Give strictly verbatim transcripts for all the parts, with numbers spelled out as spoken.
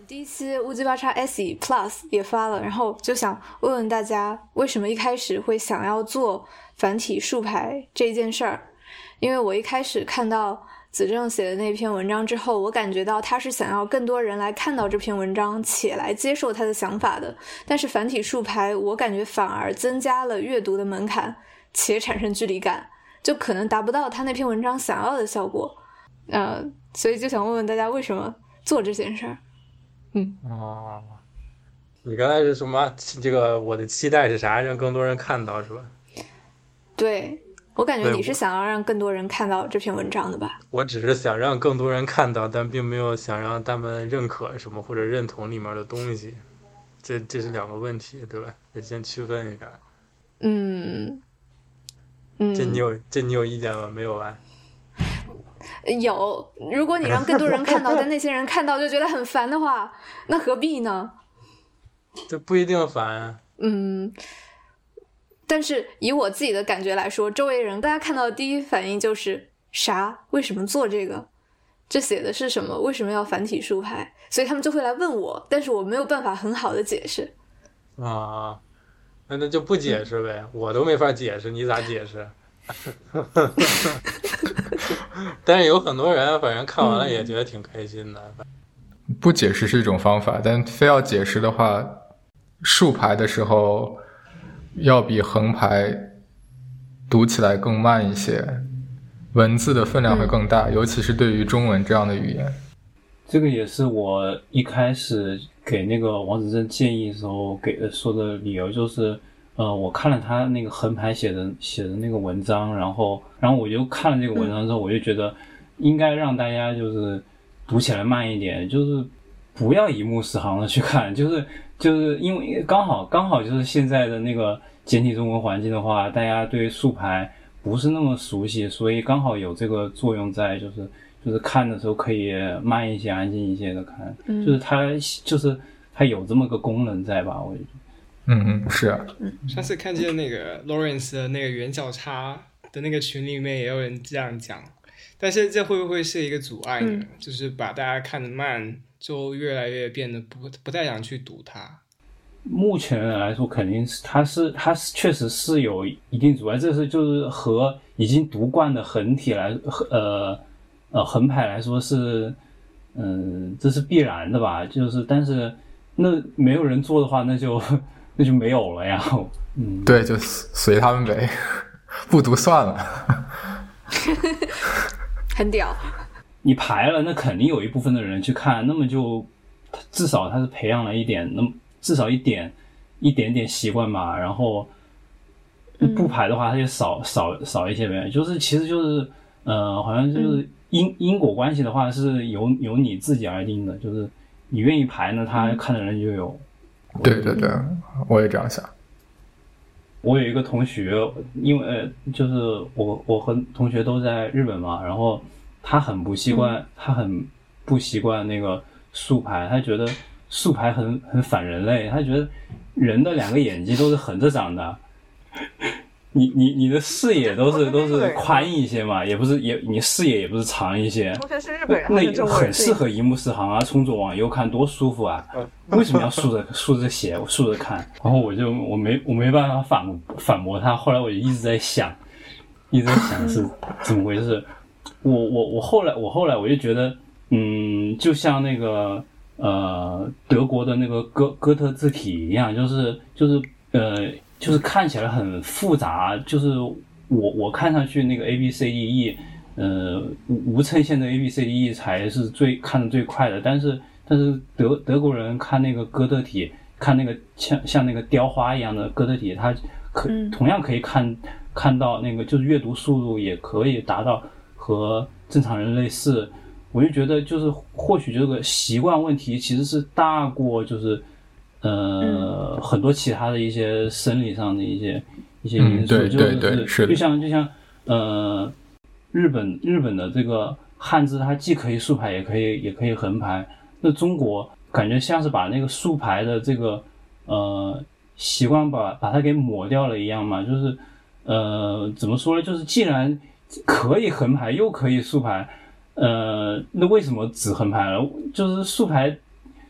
第一期乌鸡八叉 S E Plus 也发了，然后就想问问大家为什么一开始会想要做繁体竖排这件事儿。因为我一开始看到子正写的那篇文章之后，我感觉到他是想要更多人来看到这篇文章且来接受他的想法的，但是繁体竖排我感觉反而增加了阅读的门槛且产生距离感，就可能达不到他那篇文章想要的效果。呃，所以就想问问大家为什么做这件事儿。嗯， 哦，你刚才是什么？这个我的期待是啥？让更多人看到是吧？ 对，我感觉你是想要让更多人看到这篇文章的吧？ 我只是想让更多人看到，但并没有想让他们认可什么或者认同里面的东西，这这是两个问题，对吧？得先区分一下。 嗯嗯， 这你有这你有意见吗？没有吧？ 有，如果你让更多人看到，但那些人看到就觉得很烦的话，那何必呢？ 这不一定烦啊。 嗯，但是以我自己的感觉来说，周围人大家看到的第一反应就是啥？为什么做这个？这写的是什么？为什么要繁体竖排？所以他们就会来问我，但是我没有办法很好的解释。 啊，那那就不解释呗，嗯、我都没法解释，你咋解释？但是有很多人反正看完了也觉得挺开心的。 嗯、不解释是一种方法，但非要解释的话，竖排的时候要比横排读起来更慢一些，文字的分量会更大、嗯、尤其是对于中文这样的语言。 这个也是我一开始给那个王子正建议的时候给的说的理由，就是呃，我看了他那个横排写的写的那个文章，然后然后我就看了这个文章之后，我就觉得应该让大家就是读起来慢一点，就是不要一目十行的去看，就是就是因为刚好刚好就是现在的那个简体中文环境的话，大家对竖排不是那么熟悉，所以刚好有这个作用在，就是就是看的时候可以慢一些、安静一些的看，嗯、就是它就是它有这么个功能在吧？我觉得。 嗯嗯，是啊。 上次看见那个 Lawrence 的那个圆角叉的那个群里面也有人这样讲，但是这会不会是一个阻碍呢？嗯、就是把大家看得慢，就越来越变得不不太想去读它。 目前来说，肯定是它是它是确实是有一定阻碍，这是就是和已经读惯的横体来呃呃横排来说是嗯、呃、这是必然的吧？就是但是那没有人做的话，那就。那就没有了呀，嗯， 对，就随他们呗，不读算了。 很屌。 你排了，那肯定有一部分的人去看，那么就至少他是培养了一点，那么至少一点一点点习惯吧。然后不排的话，他就少少少一些呗。就是其实就是呃，好像就是因、嗯、因果关系的话，是由由你自己而定的。就是你愿意排呢，他看的人就有。 对对对，我也这样想。 我有一个同学，因为呃，就是我我和同学都在日本嘛，然后他很不习惯，嗯、他很不习惯那个竖排，他觉得竖排很很反人类，他觉得人的两个眼睛都是横着长的。你你你的视野都是都是宽一些嘛，也不是也你视野也不是长一些。 同学是日本人， 那很适合一目十行啊，从左往右看多舒服啊！为什么要竖着竖着写，竖着看？然后我就我没我没办法反反驳他，后来我就一直在想，一直在想是怎么回事。我我我后来我后来我就觉得，嗯，就像那个呃德国的那个哥哥特字体一样，就是就是呃。就是看起来很复杂，就是我我看上去那个 A B C D E， 呃无无衬线的 A B C D E 才是最看得最快的，但是但是德德国人看那个哥特体，看那个像像那个雕花一样的哥特体，他可、嗯、同样可以看看到那个就是阅读速度也可以达到和正常人类似，我就觉得就是或许这个习惯问题其实是大过就是。呃、嗯，很多其他的一些生理上的一些一些因素， 嗯、对对对， 就是就像就像呃，日本日本的这个汉字，它既可以竖排，也可以也可以横排。那中国感觉像是把那个竖排的这个呃习惯把把它给抹掉了一样嘛，就是呃怎么说呢？就是既然可以横排又可以竖排，呃，那为什么只横排了？就是竖排。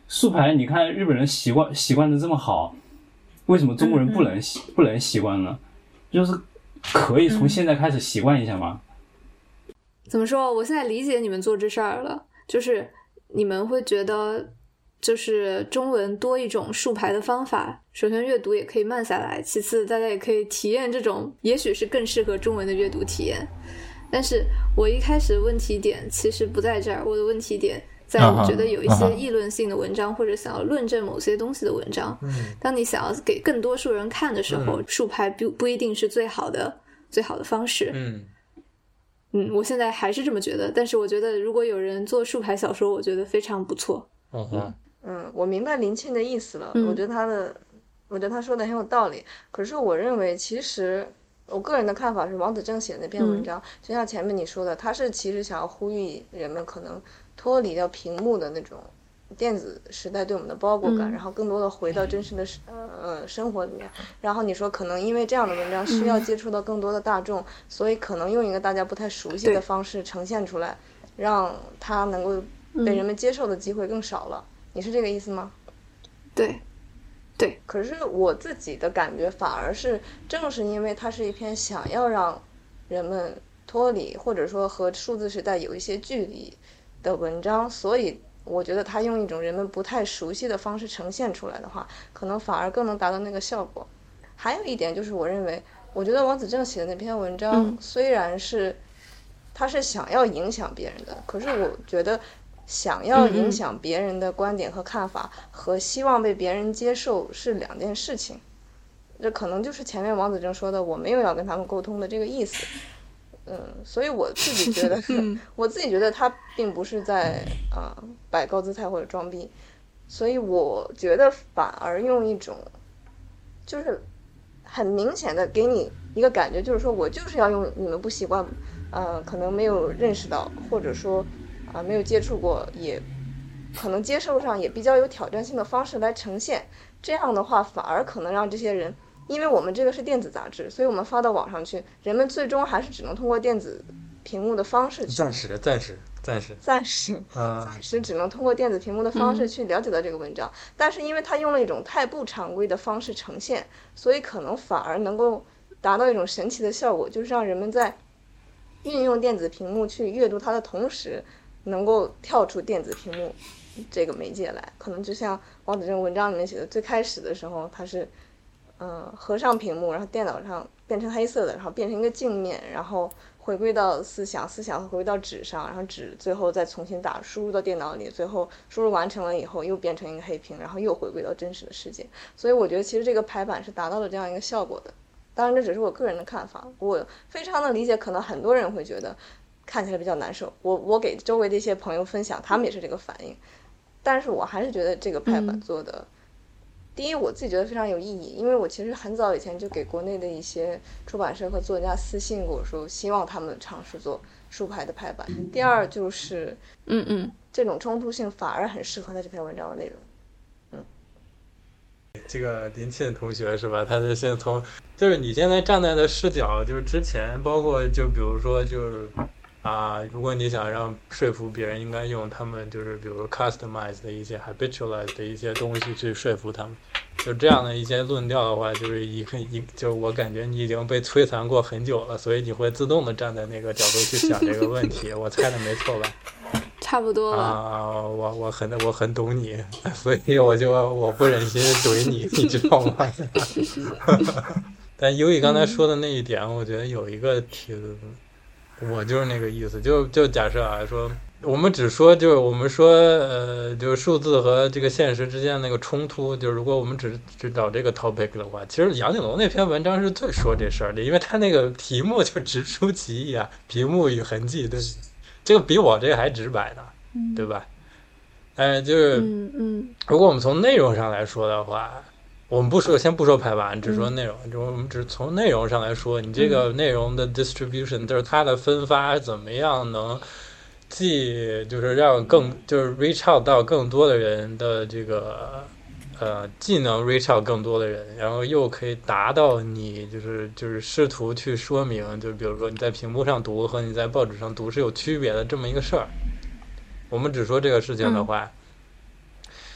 竖排，你看日本人习惯习惯的这么好，为什么中国人不能、嗯嗯、不能习惯呢？就是可以从现在开始习惯一下吗？ 嗯、怎么说？我现在理解你们做这事儿了，就是你们会觉得，就是中文多一种竖排的方法。首先阅读也可以慢下来，其次大家也可以体验这种也许是更适合中文的阅读体验。但是我一开始的问题点其实不在这儿，我的问题点在我觉得有一些议论性的文章、uh-huh. 或者想要论证某些东西的文章、嗯、当你想要给更多数人看的时候、嗯、竖排不不一定是最好的最好的方式。 嗯嗯，我现在还是这么觉得，但是我觉得如果有人做竖排小说，我觉得非常不错。 嗯嗯，我明白林沁的意思了、 嗯、 我觉得他的我觉得他说的很有道理。可是我认为其实我个人的看法是，王子正写的那篇文章、嗯、就像前面你说的，他是其实想要呼吁人们可能脱离掉屏幕的那种电子时代对我们的包裹感、嗯、然后更多的回到真实的呃生活里面。然后你说可能因为这样的文章需要接触到更多的大众、嗯、所以可能用一个大家不太熟悉的方式呈现出来，让它能够被人们接受的机会更少了、嗯、你是这个意思吗？ 对对。 可是我自己的感觉反而是，正是因为它是一篇想要让人们脱离或者说和数字时代有一些距离的文章，所以我觉得他用一种人们不太熟悉的方式呈现出来的话，可能反而更能达到那个效果。还有一点就是，我认为我觉得王子正写的那篇文章虽然是他是想要影响别人的、嗯、可是我觉得想要影响别人的观点和看法和希望被别人接受是两件事情。这可能就是前面王子正说的我没有要跟他们沟通的这个意思。嗯，所以我自己觉得我自己觉得他并不是在啊、呃、摆高姿态或者装逼，所以我觉得反而用一种就是很明显的给你一个感觉，就是说我就是要用你们不习惯呃可能没有认识到或者说啊、呃、没有接触过，也可能接受上也比较有挑战性的方式来呈现，这样的话反而可能让这些人，因为我们这个是电子杂志，所以我们发到网上去，人们最终还是只能通过电子屏幕的方式去暂时暂时暂时暂时啊暂时只能通过电子屏幕的方式去了解到这个文章、嗯、但是因为他用了一种太不常规的方式呈现，所以可能反而能够达到一种神奇的效果，就是让人们在运用电子屏幕去阅读它的同时，能够跳出电子屏幕这个媒介来。可能就像王子正文章里面写的，最开始的时候他是嗯，合上屏幕，然后电脑上变成黑色的，然后变成一个镜面，然后回归到思想，思想回归到纸上，然后纸最后再重新打输入到电脑里，最后输入完成了以后又变成一个黑屏，然后又回归到真实的世界。所以我觉得其实这个排版是达到了这样一个效果的。当然这只是我个人的看法，我非常的理解可能很多人会觉得看起来比较难受，我我给周围的一些朋友分享，他们也是这个反应。但是我还是觉得这个排版做的、嗯第一，我自己觉得非常有意义，因为我其实很早以前就给国内的一些出版社和作家私信过，说希望他们尝试做竖排的排版。第二就是， 嗯嗯， 这种冲突性反而很适合他这篇文章的内容。嗯， 这个林沁同学是吧？他是现在从，就是你现在站在的视角，就是之前包括就比如说就是。啊，如果你想让说服别人，应该用他们就是比如说 customize 的一些 habitualize 的一些东西去说服他们，就这样的一些论调的话，就是一个一就是我感觉你已经被摧残过很久了，所以你会自动的站在那个角度去想这个问题。我猜的没错吧？ 差不多了啊，我我很我很懂你，所以我就我不忍心怼你，你知道吗？但由于刚才说的那一点，我觉得有一个挺。我就是那个意思，就就假设啊，说我们只说就是我们说呃，就是数字和这个现实之间那个冲突，就是如果我们只只找这个 topic 的话，其实杨景龙那篇文章是最说这事儿的，因为他那个题目就直出其意啊，屏幕与痕迹，对，这个比我这个还直白呢，对吧？哎，就是嗯嗯， 如果我们从内容上来说的话。我们不说，先不说排版，只说内容。就我们只从内容上来说，你这个内容的 distribution，就是它的分发怎么样能既就是让更就是 reach out 到更多的人的这个呃，既能 reach out 更多的人，然后又可以达到你就是就是试图去说明，就比如说你在屏幕上读和你在报纸上读是有区别的这么一个事儿。我们只说这个事情的话。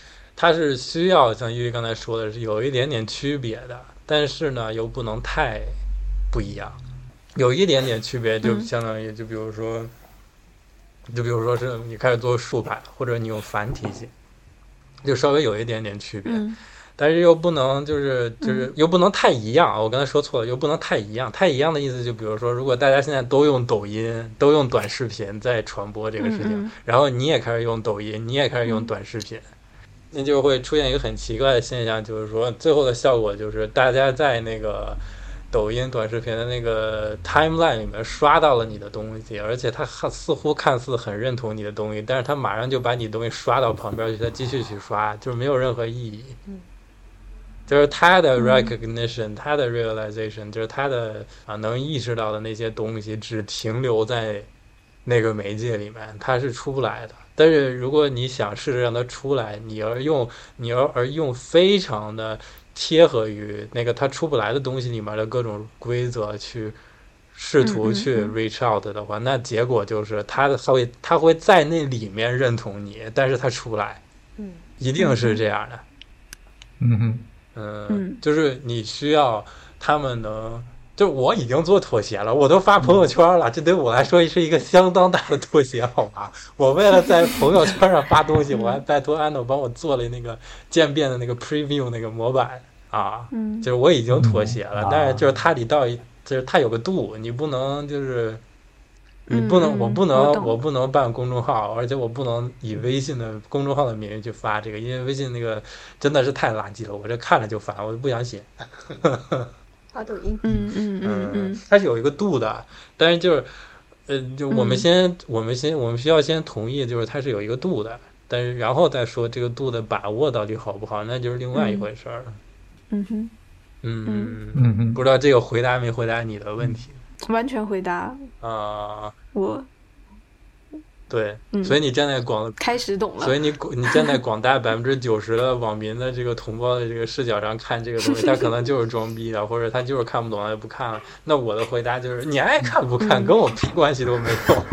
它是需要像因为刚才说的是有一点点区别的，但是呢又不能太不一样。有一点点区别就相当于就比如说就比如说是你开始做竖排或者你用繁体写，就稍微有一点点区别、嗯、但是又不能就是就是又不能太一样、嗯、我刚才说错了，又不能太一样。太一样的意思就比如说如果大家现在都用抖音都用短视频在传播这个事情、嗯嗯、然后你也开始用抖音你也开始用短视频、嗯、那就会出现一个很奇怪的现象，就是说最后的效果就是大家在那个抖音短视频的那个 timeline 里面刷到了你的东西，而且他似乎看似很认同你的东西，但是他马上就把你东西刷到旁边去，他继续去刷，就是没有任何意义。嗯，就是他的 recognition、嗯、他的 realization 就是他的啊能意识到的那些东西只停留在那个媒介里面，它是出不来的。但是如果你想试着让它出来，你要用你要而用非常的贴合于那个它出不来的东西里面的各种规则去试图去 reach out 的话、嗯嗯嗯、那结果就是他他会他会在那里面认同你，但是他出不来。嗯，一定是这样的。 嗯哼， 嗯、呃，就是你需要他们能，就我已经做妥协了，我都发朋友圈了，这对我来说是一个相当大的妥协，好吧？我为了在朋友圈上发东西，我还拜托安诺帮我做了那个渐变的那个 preview 那个模板啊，就是我已经妥协了，但是就是它得到，就是它有个度，你不能就是你不能，我不能，我不能办公众号，而且我不能以微信的公众号的名义去发这个，因为微信那个真的是太垃圾了，我这看着就烦，我就不想写。 发抖音， 嗯嗯嗯嗯， 它是有一个度的，但是就是，呃，就我们先，嗯、我们先，我们需要先同意，就是它是有一个度的，但是然后再说这个度的把握到底好不好，那就是另外一回事儿了。 嗯哼， 嗯嗯嗯嗯，不知道这个回答没回答你的问题？ 完全回答啊、呃， 我。 对、嗯，所以你站在广开始懂了， 所以你你站在广大百分之九十的网民的这个同胞的这个视角上看这个东西，他可能就是装逼的，或者他就是看不懂，他就不看了。那我的回答就是，你爱看不看，嗯、跟我屁关系都没有。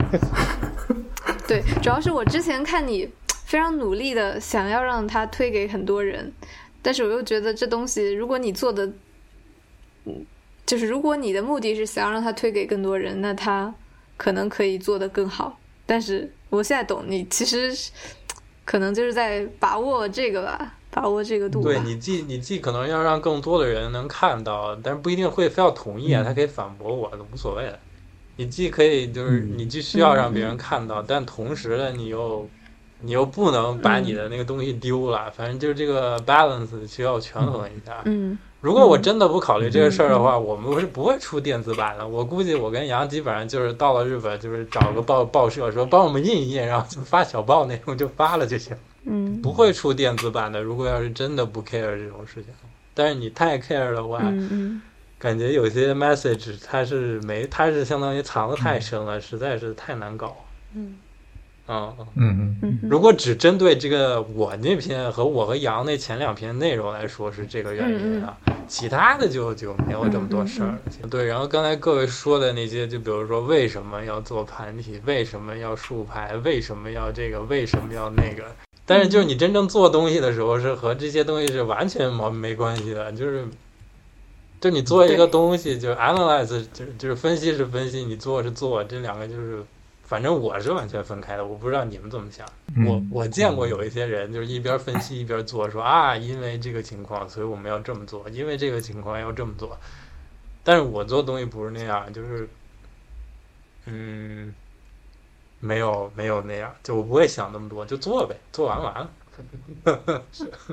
对，主要是我之前看你非常努力的想要让他推给很多人，但是我又觉得这东西，如果你做的，嗯，就是如果你的目的是想要让他推给更多人，那他可能可以做得更好。但是我现在懂你，其实可能就是在把握这个吧，把握这个度吧。 对，你既你既可能要让更多的人能看到，但是不一定会非要同意啊，嗯、他可以反驳我，无所谓的。你既可以就是你既需要让别人看到，嗯、但同时呢，你又你又不能把你的那个东西丢了，嗯、反正就是这个 balance 需要权衡一下。 嗯。 如果我真的不考虑这个事儿的话、嗯、我们是不会出电子版的。我估计我跟杨基本上就是到了日本，就是找个报报社说帮我们印一印，然后就发小报那种就发了就行。 嗯， 不会出电子版的。如果要是真的不 care 这种事情，但是你太 care 的话， 嗯嗯， 感觉有些 message 它是没，它是相当于藏得太深了，嗯、实在是太难搞。 嗯。 嗯嗯嗯，如果只针对这个我那篇和我和杨那前两篇内容来说是这个原因啊， 嗯、 其他的就就没有这么多事儿了。 嗯嗯、 对，然后刚才各位说的那些，就比如说为什么要做盘体，为什么要竖排，为什么要这个，为什么要那个，但是就是你真正做东西的时候，是和这些东西是完全没没关系的，就是。就你做一个东西，就是 analyze， 就就是分析是分析，你做是做，这两个就是。反正我是完全分开的，我不知道你们怎么想。 嗯、 我我见过有一些人就是一边分析一边做，说啊，因为这个情况，所以我们要这么做；因为这个情况要这么做。但是我做东西不是那样，就是，嗯，没有没有那样，就我不会想那么多，就做呗，做完完了。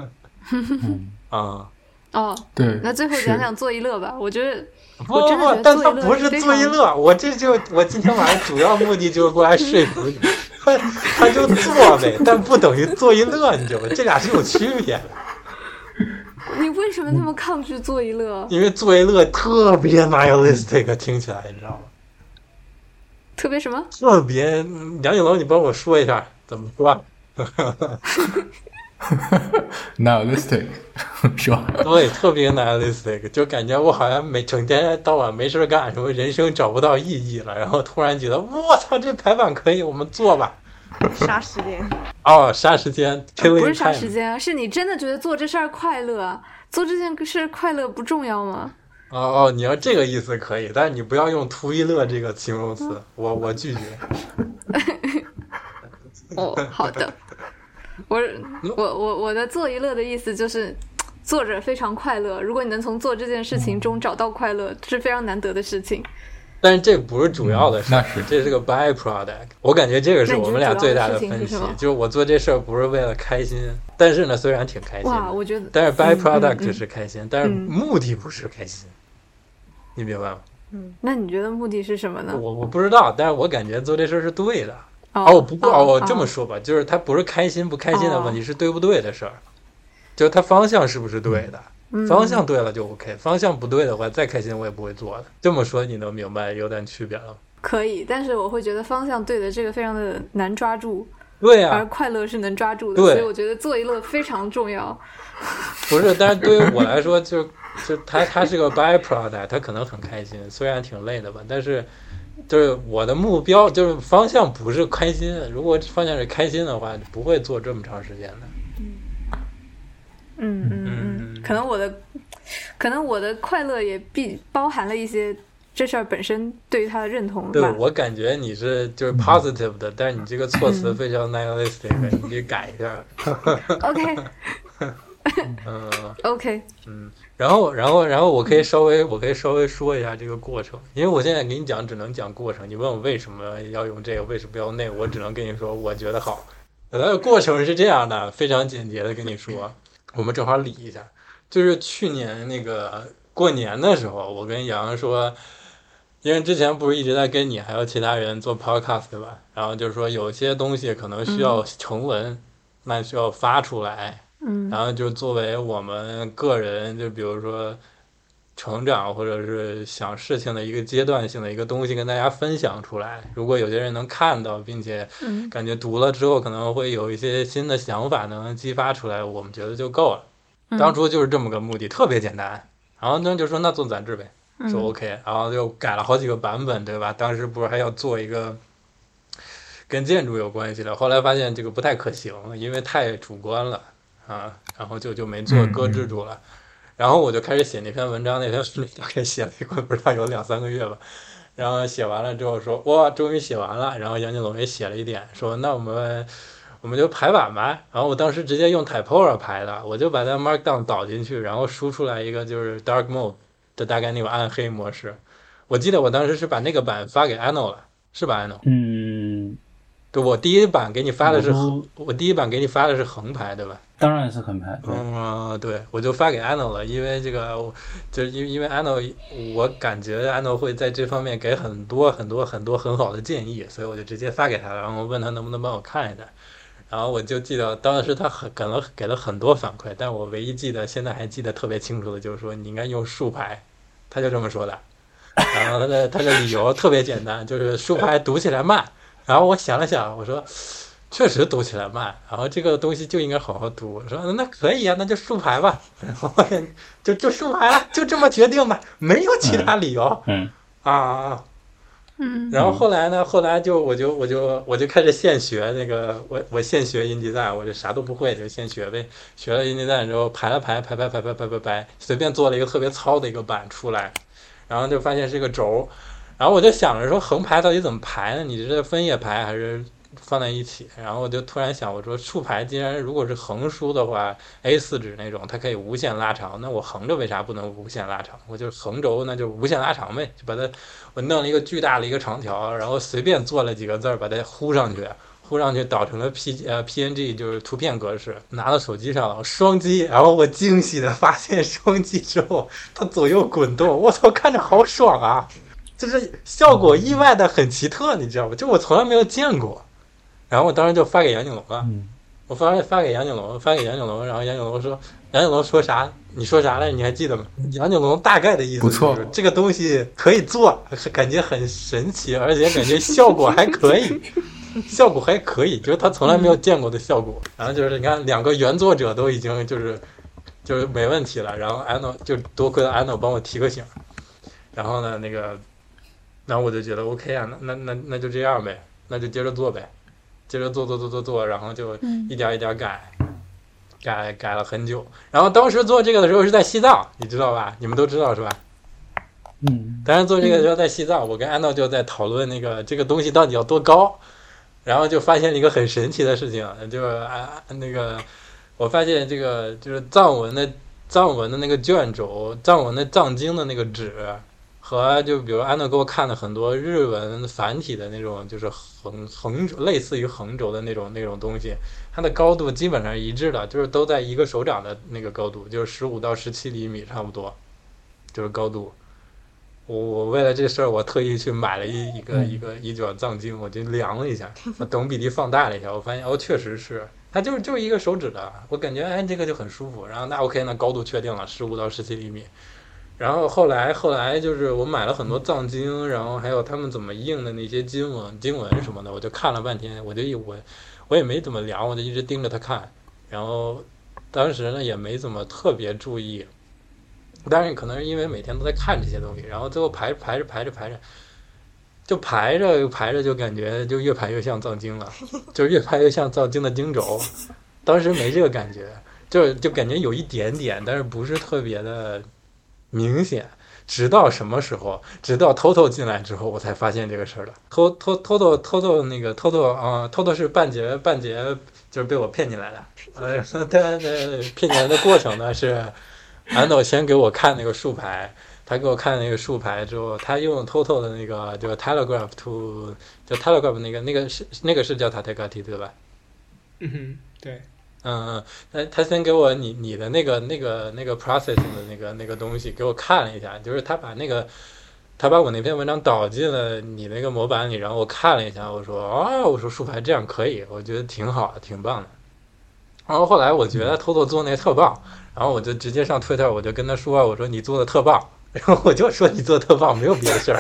啊。 哦， 对， 那最后讲讲做一乐吧，我觉得。 不不不，但他不是做一乐，我这就我今天晚上主要目的就是过来说服你，他就做呗，但不等于做一乐，你知道吗？这俩是有区别的。 你为什么那么抗拒做一乐？ 因为做一乐特别 nihilistic， 听起来你知道吗？ 特别什么？ 特别杨景龙，你帮我说一下怎么说 ？nihilistic 是吧？ 对，特别 nihilistic， 就感觉我好像每整天到晚没事干，什么人生找不到意义了，然后突然觉得我操，这排版可以，我们做吧。 杀时间哦，杀时间， 不是杀时间啊，是你真的觉得做这事儿快乐啊？做这件事快乐不重要吗？ 哦哦，你要这个意思可以，但是你不要用图一乐这个形容词，嗯、我我拒绝。 哦，好的。我我我我的做一乐的意思就是做着非常快乐。如果你能从做这件事情中找到快乐，这是非常难得的事情。 但是这不是主要的事，嗯、这是个 byproduct。我感觉这个是我们俩最大的分歧，是就是我做这事儿不是为了开心，但是呢，虽然挺开心的， 哇，我觉得， 但是 byproduct 是开心，嗯嗯嗯、但是目的不是开心，嗯、你明白吗？ 嗯，那你觉得目的是什么呢？ 我我不知道，但是我感觉做这事儿是对的。 哦， 哦不过哦，我这么说吧，哦、就是它不是开心不开心的问题，哦、是对不对的事儿，就是它方向是不是对的。 嗯、 方向对了就 OK， 方向不对的话，再开心我也不会做的。这么说你能明白有点区别了？ 可以，但是我会觉得方向对的这个非常的难抓住。 对啊， 而快乐是能抓住的， 对， 所以我觉得做一乐非常重要。 不是，但是对于我来说，就就它它是个 byproduct， 它可能很开心，虽然挺累的吧，但是就是我的目标就是方向不是开心。如果方向是开心的话，不会做这么长时间的。 嗯嗯嗯，可能我的，可能我的快乐也必包含了一些这事儿本身对于他的认同吧。 对，我感觉你是就是 positive 的，嗯、但是你这个措辞非常 nihilistic，嗯、你得改一下。 OK。 嗯 OK。 嗯，然后然后然后我可以稍微我可以稍微说一下这个过程，因为我现在给你讲只能讲过程，你问我为什么要用这个，为什么要用那个，我只能跟你说我觉得好。它的过程是这样的，非常简洁的跟你说。我们正好理一下，就是去年那个过年的时候，我跟杨洋说，因为之前不是一直在跟你还有其他人做 podcast 对吧？然后就是说有些东西可能需要成文，嗯、那需要发出来， 嗯， 然后就作为我们个人，就比如说成长或者是想事情的一个阶段性的一个东西跟大家分享出来。如果有些人能看到，并且感觉读了之后可能会有一些新的想法能激发出来，我们觉得就够了。当初就是这么个目的，特别简单。然后呢就说那做杂志呗，说 OK， 然后就改了好几个版本，对吧？当时不是还要做一个跟建筑有关系的，后来发现这个不太可行，因为太主观了啊，然后就就没做，搁置住了。然后我就开始写那篇文章，那篇文章大概写了一个不知道有两三个月吧。然后写完了之后说哇，终于写完了。然后杨景龙也写了一点，说那我们我们就排版吧。然后我当时直接用 Typora 排的，我就把它 Markdown 导进去，然后输出来一个就是 Dark Mode 的大概那种暗黑模式。我记得我当时是把那个版发给 Anno 了，是吧 Anno？ 嗯， 对，我第一版给你发的是我, 我第一版给你发的是横排，对吧？ 当然是横排。 嗯，对，我就发给 Anno 了，因为这个，就是因为因为 Anno， 我感觉 Anno 会在这方面给很多很多很多很好的建议，所以我就直接发给他，然后问他能不能帮我看一下。然后我就记得当时他很给了给了很多反馈，但我唯一记得现在还记得特别清楚的就是说你应该用竖排，他就这么说的。然后他的他的理由特别简单，就是竖排读起来慢。然后我想了想，我说。确实读起来慢，然后这个东西就应该好好读。我说那可以啊，那就竖排吧，然后就就竖排了，就这么决定吧，没有其他理由。 嗯啊， 嗯。 然后后来呢？后来就我就我就我就开始现学那个，我我现学InDesign，我就啥都不会，就先学呗。学了InDesign之后，排了排，排排排排排排排，随便做了一个特别糙的一个版出来，然后就发现是个轴，然后我就想着说横排到底怎么排呢？你这是分页排还是？放在一起，然后我就突然想，我说竖排既然如果是横书的话 A 四 纸那种它可以无限拉长，那我横着为啥不能无限拉长？我就横轴那就无限拉长呗，就把它我弄了一个巨大的一个长条，然后随便做了几个字把它糊上去，糊上去导成了 P 呃 P N G 就是图片格式，拿到手机上了，双击，然后我惊喜的发现双击之后它左右滚动，我操，看着好爽啊！就是效果意外的很奇特，你知道吧？就我从来没有见过。然后我当时就发给杨景龙了， 嗯、 我发发给杨景龙，发给杨景龙，然后杨景龙说，杨景龙说啥？你说啥来？你还记得吗？杨景龙大概的意思就是这个东西可以做，感觉很神奇，而且感觉效果还可以，效果还可以，就是他从来没有见过的效果。然后就是你看两个原作者都已经就是就是没问题了，然后安诺就多亏了安诺帮我提个醒，然后呢那个，然后我就觉得 OK 啊，那那那那就这样呗，那就接着做呗。 接着做做做做做，然后就一点一点改，嗯、改改了很久。然后当时做这个的时候是在西藏，你知道吧？你们都知道是吧？ 嗯， 当时做这个的时候在西藏，我跟安道就在讨论那个这个东西到底要多高，然后就发现了一个很神奇的事情，就是啊那个我发现这个就是藏文的藏文的那个卷轴，藏文的藏经的那个纸。和就比如安德给我看了很多日文繁体的那种，就是横横类似于横轴的那种那种东西，它的高度基本上一致的，就是都在一个手掌的那个高度，就是十五到十七厘米差不多，就是高度。我我为了这事儿，我特意去买了一一个一个一卷藏经，我就量了一下，我等比例放大了一下，我发现哦，确实是它就是就是一个手指的，我感觉哎这个就很舒服。然后那 OK， 那高度确定了，十五到十七厘米。然后后来后来就是我买了很多藏经，然后还有他们怎么印的那些经文经文什么的，我就看了半天，我就我我也没怎么量，我就一直盯着它看。然后当时呢也没怎么特别注意，但是可能是因为每天都在看这些东西，然后最后排排着排着排着，就排着排着就感觉就越排越像藏经了，就是越排越像藏经的经轴。当时没这个感觉，就就感觉有一点点，但是不是特别的明显。直到什么时候？直到 Toto 进来之后，我才发现这个事儿了。Toto Toto Toto 那个 Toto 啊 ，Toto 是半截半截，就是被我骗进来的。呃，他的骗进来的过程呢是，安导先给我看那个竖排，他给我看那个竖排之后，他用 Toto 的那个就是 Telegraph to 就 Telegraph 那个那个是那个是叫 Tategati 对吧？ 嗯哼，对。 嗯，他他先给我你你的那个那个那个 processing 的那个那个东西给我看了一下，就是他把那个他把我那篇文章导进了你那个模板里，然后我看了一下，我说啊、哦，我说竖排这样可以，我觉得挺好的，挺棒的。然后后来我觉得 Toto 做那个特棒，然后我就直接上 Twitter 我就跟他说，我说你做的特棒，然后我就说你做的特棒，没有别的事儿。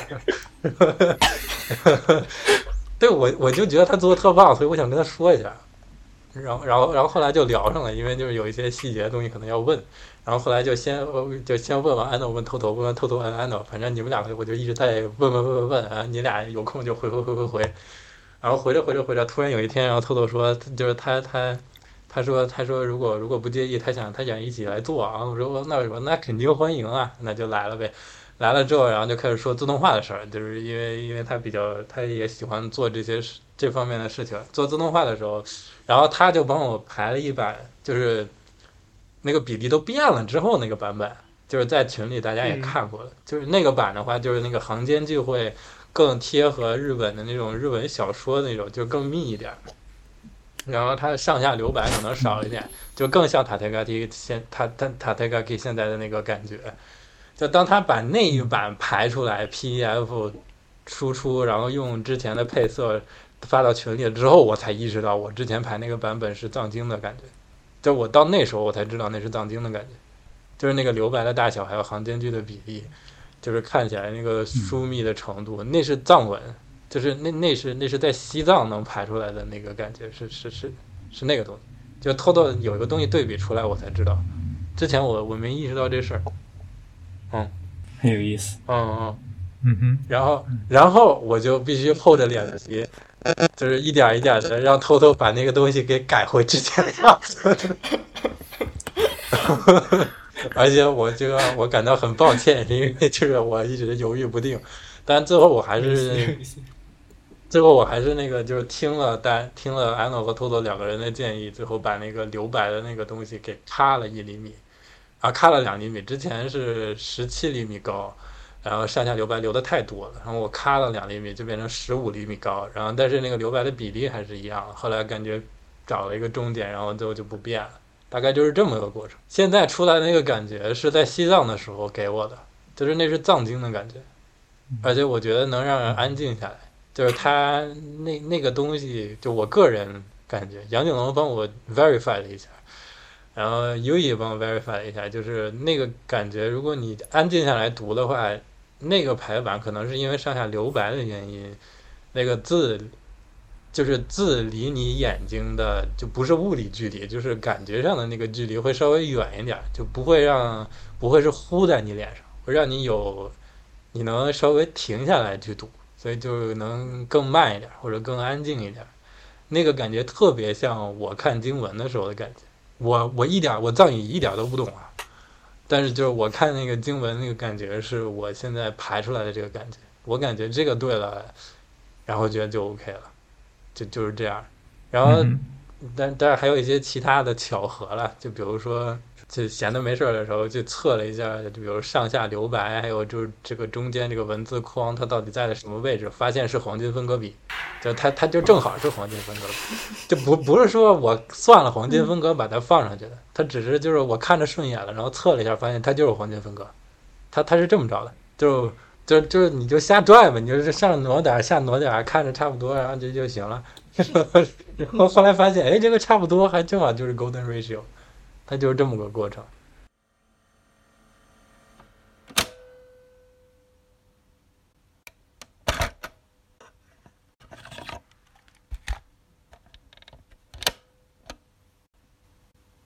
对我我就觉得他做的特棒，所以我想跟他说一下。然后，然后，然后后来就聊上了，因为就是有一些细节的东西可能要问，然后后来就先就先问完安导，问透透，问完透透问安导，反正你们两个我就一直在问问问问问啊，你俩有空就回回回回回，然后回着回着回着，突然有一天，然后透透说，就是他他他说他说如果如果不介意，他想他想一起来做啊，我说那我说那肯定欢迎啊，那就来了呗。来了之后，然后就开始说自动化的事儿，就是因为因为他比较，他也喜欢做这些这方面的事情。做自动化的时候，然后他就帮我排了一版，就是那个比例都变了之后那个版本，就是在群里大家也看过了。嗯、就是那个版的话，就是那个行间距会更贴合日本的那种日文小说那种，就更密一点。然后它上下留白可能少一点，就更像塔特嘎提现塔塔塔特嘎提现在的那个感觉。就当他把那一版排出来 P D F 输出，然后用之前的配色发到群里之后，我才意识到我之前排那个版本是藏经的感觉。就我到那时候我才知道那是藏经的感觉，就是那个留白的大小还有行间距的比例，就是看起来那个疏密的程度，那是藏文，就是那那是那是在西藏能排出来的那个感觉，是是是是那个东西。就偷偷有一个东西对比出来，我才知道，之前我我没意识到这事儿。嗯， 很有意思。 嗯嗯嗯哼， 然后然后我就必须厚着脸皮，就是一点一点的让偷偷把那个东西给改回之前的样子。而且我这个我感到很抱歉，因为就是我一直犹豫不定，但最后我还是最后我还是那个就是听了但听了安诺和偷偷两个人的建议，最后把那个留白的那个东西给咔了一厘米。啊，开了两厘米，之前是十七厘米高，然后上下留白留的太多了，然后我开了两厘米就变成十五厘米高，然后但是那个留白的比例还是一样，后来感觉找了一个中点，然后最后就不变了，大概就是这么个过程。现在出来的那个感觉是在西藏的时候给我的，就是那是藏经的感觉，而且我觉得能让人安静下来，就是他那那个东西，就我个人感觉，杨景龙帮我 verify 了一下。然后 U 也帮我 verify 一下，就是那个感觉，如果你安静下来读的话，那个排版可能是因为上下留白的原因，那个字就是字离你眼睛的就不是物理距离，就是感觉上的那个距离会稍微远一点，就不会让不会是糊在你脸上，会让你有你能稍微停下来去读，所以就能更慢一点或者更安静一点。 那个感觉特别像我看经文的时候的感觉。我我一点我藏语一点都不懂啊，但是就是我看那个经文那个感觉是我现在排出来的这个感觉，我感觉这个对了，然后觉得就 OK 了，就就是这样。然后， 嗯、 但但是还有一些其他的巧合了，就比如说，就闲的没事的时候就测了一下，就比如上下留白，还有就是这个中间这个文字框它到底在了什么位置，发现是黄金分割比，就它它就正好是黄金分割比，就不不是说我算了黄金分割把它放上去的，它只是就是我看着顺眼了，然后测了一下，发现它就是黄金分割，它它是这么着的，就就就是你就瞎拽吧，你就是上挪点下挪点，看着差不多，然后就就行了。然后后来发现，哎，这个差不多，还正好就是 golden ratio， 它就是这么个过程。